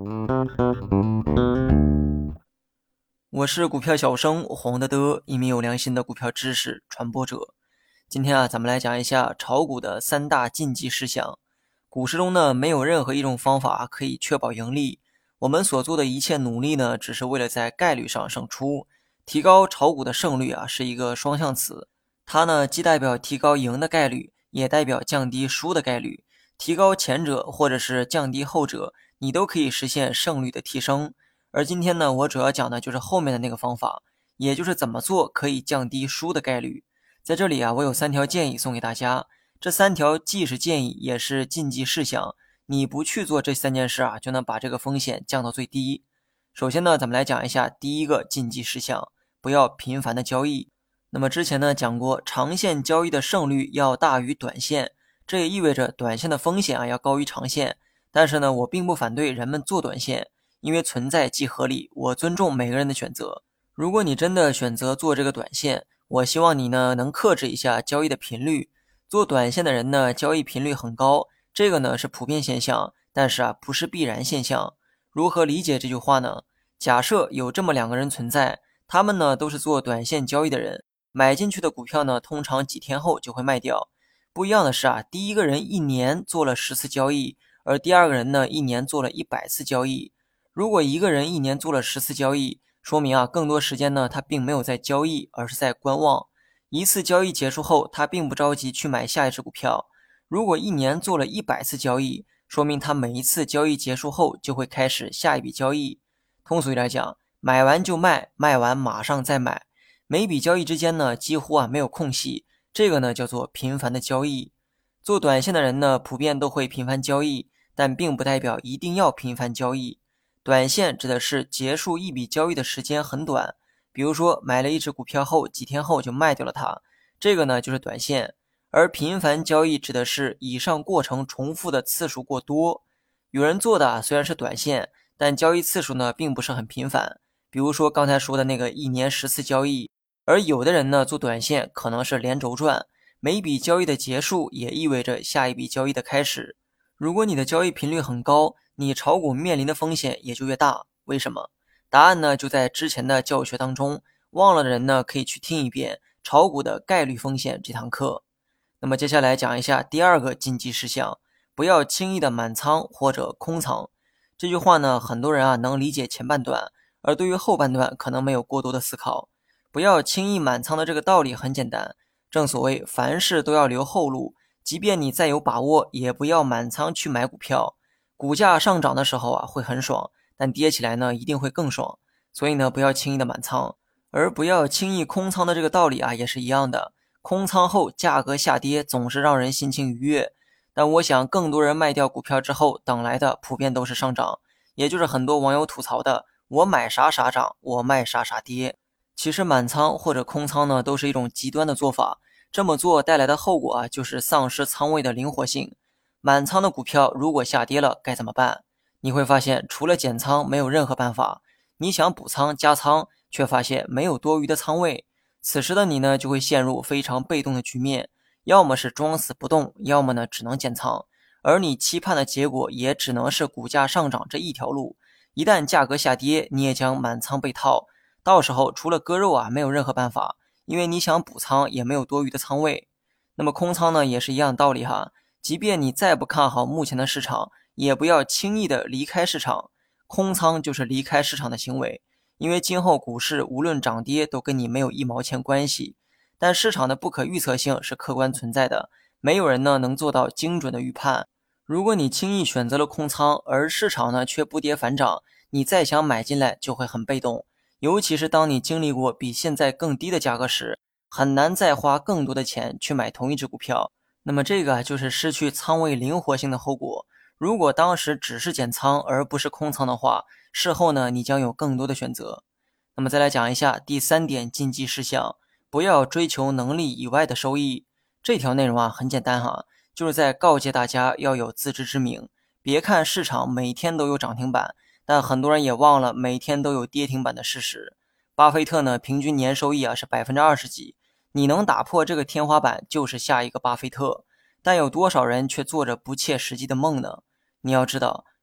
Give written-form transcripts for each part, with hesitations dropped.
我是股票小生黄德德，一名有良心的股票知识传播者。今天咱们来讲一下炒股的3大禁忌事项。股市中呢，没有任何一种方法可以确保盈利。我们所做的一切努力呢，只是为了在概率上胜出。提高炒股的胜率是一个双向词，它呢既代表提高赢的概率，也代表降低输的概率。提高前者或者是降低后者，你都可以实现胜率的提升。而今天呢，我主要讲的就是后面的那个方法，也就是怎么做可以降低输的概率。在这里我有3条建议送给大家，这3条既是建议，也是禁忌事项。你不去做这3件事就能把这个风险降到最低。首先呢，咱们来讲一下第一个禁忌事项，不要频繁的交易。那么之前呢讲过，长线交易的胜率要大于短线，这也意味着短线的风险要高于长线。但是呢，我并不反对人们做短线，因为存在即合理，我尊重每个人的选择。如果你真的选择做这个短线，我希望你呢能克制一下交易的频率。做短线的人呢，交易频率很高，这个呢是普遍现象，但是不是必然现象。如何理解这句话呢？假设有这么2个人存在，他们呢都是做短线交易的人，买进去的股票呢通常几天后就会卖掉。不一样的是第一个人1年做了10次交易，而第二个人呢1年做了100次交易。如果一个人1年做了10次交易，说明更多时间呢他并没有在交易，而是在观望。一次交易结束后，他并不着急去买下一只股票。如果1年做了100次交易，说明他每一次交易结束后就会开始下一笔交易。通俗一点讲，买完就卖，卖完马上再买，每笔交易之间呢几乎没有空隙，这个呢叫做频繁的交易。做短线的人呢普遍都会频繁交易，但并不代表一定要频繁交易。短线指的是结束一笔交易的时间很短，比如说买了一只股票后几天后就卖掉了它，这个呢就是短线。而频繁交易指的是以上过程重复的次数过多。有人做的虽然是短线，但交易次数呢并不是很频繁，比如说刚才说的那个1年10次交易。而有的人呢做短线可能是连轴转，每一笔交易的结束也意味着下一笔交易的开始。如果你的交易频率很高，你炒股面临的风险也就越大。为什么？答案呢就在之前的教学当中，忘了的人呢可以去听一遍炒股的概率风险这堂课。那么接下来讲一下第2个禁忌事项，不要轻易的满仓或者空仓。这句话呢，很多人能理解前半段，而对于后半段可能没有过多的思考。不要轻易满仓的这个道理很简单，正所谓凡事都要留后路，即便你再有把握，也不要满仓去买股票。股价上涨的时候会很爽，但跌起来呢一定会更爽，所以呢不要轻易的满仓。而不要轻易空仓的这个道理也是一样的，空仓后价格下跌总是让人心情愉悦，但我想更多人卖掉股票之后等来的普遍都是上涨，也就是很多网友吐槽的我买啥啥涨，我卖啥啥跌。其实满仓或者空仓呢都是一种极端的做法，这么做带来的后果就是丧失仓位的灵活性。满仓的股票如果下跌了该怎么办？你会发现除了减仓没有任何办法，你想补仓加仓却发现没有多余的仓位，此时的你呢就会陷入非常被动的局面，要么是装死不动，要么呢只能减仓，而你期盼的结果也只能是股价上涨这一条路。一旦价格下跌，你也将满仓被套，到时候除了割肉没有任何办法，因为你想补仓也没有多余的仓位。那么空仓呢也是一样的道理即便你再不看好目前的市场，也不要轻易的离开市场。空仓就是离开市场的行为，因为今后股市无论涨跌都跟你没有1毛钱关系。但市场的不可预测性是客观存在的，没有人呢能做到精准的预判。如果你轻易选择了空仓，而市场呢却不跌反涨，你再想买进来就会很被动。尤其是当你经历过比现在更低的价格时，很难再花更多的钱去买同一只股票。那么这个就是失去仓位灵活性的后果。如果当时只是减仓而不是空仓的话，事后呢你将有更多的选择。那么再来讲一下第3点禁忌事项，不要追求能力以外的收益。这条内容很简单就是在告诫大家要有自知之明。别看市场每天都有涨停板，但很多人也忘了每天都有跌停板的事实。巴菲特呢平均年收益是20%几，你能打破这个天花板就是下一个巴菲特，但有多少人却做着不切实际的梦呢？你要知道，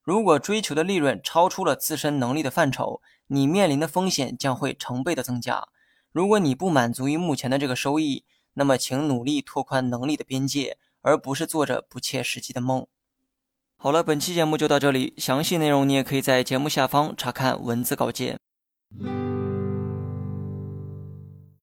如果追求的利润超出了自身能力的范畴，你面临的风险将会成倍的增加。如果你不满足于目前的这个收益，那么请努力拓宽能力的边界，而不是做着不切实际的梦。好了，本期节目就到这里，详细内容你也可以在节目下方查看文字稿件。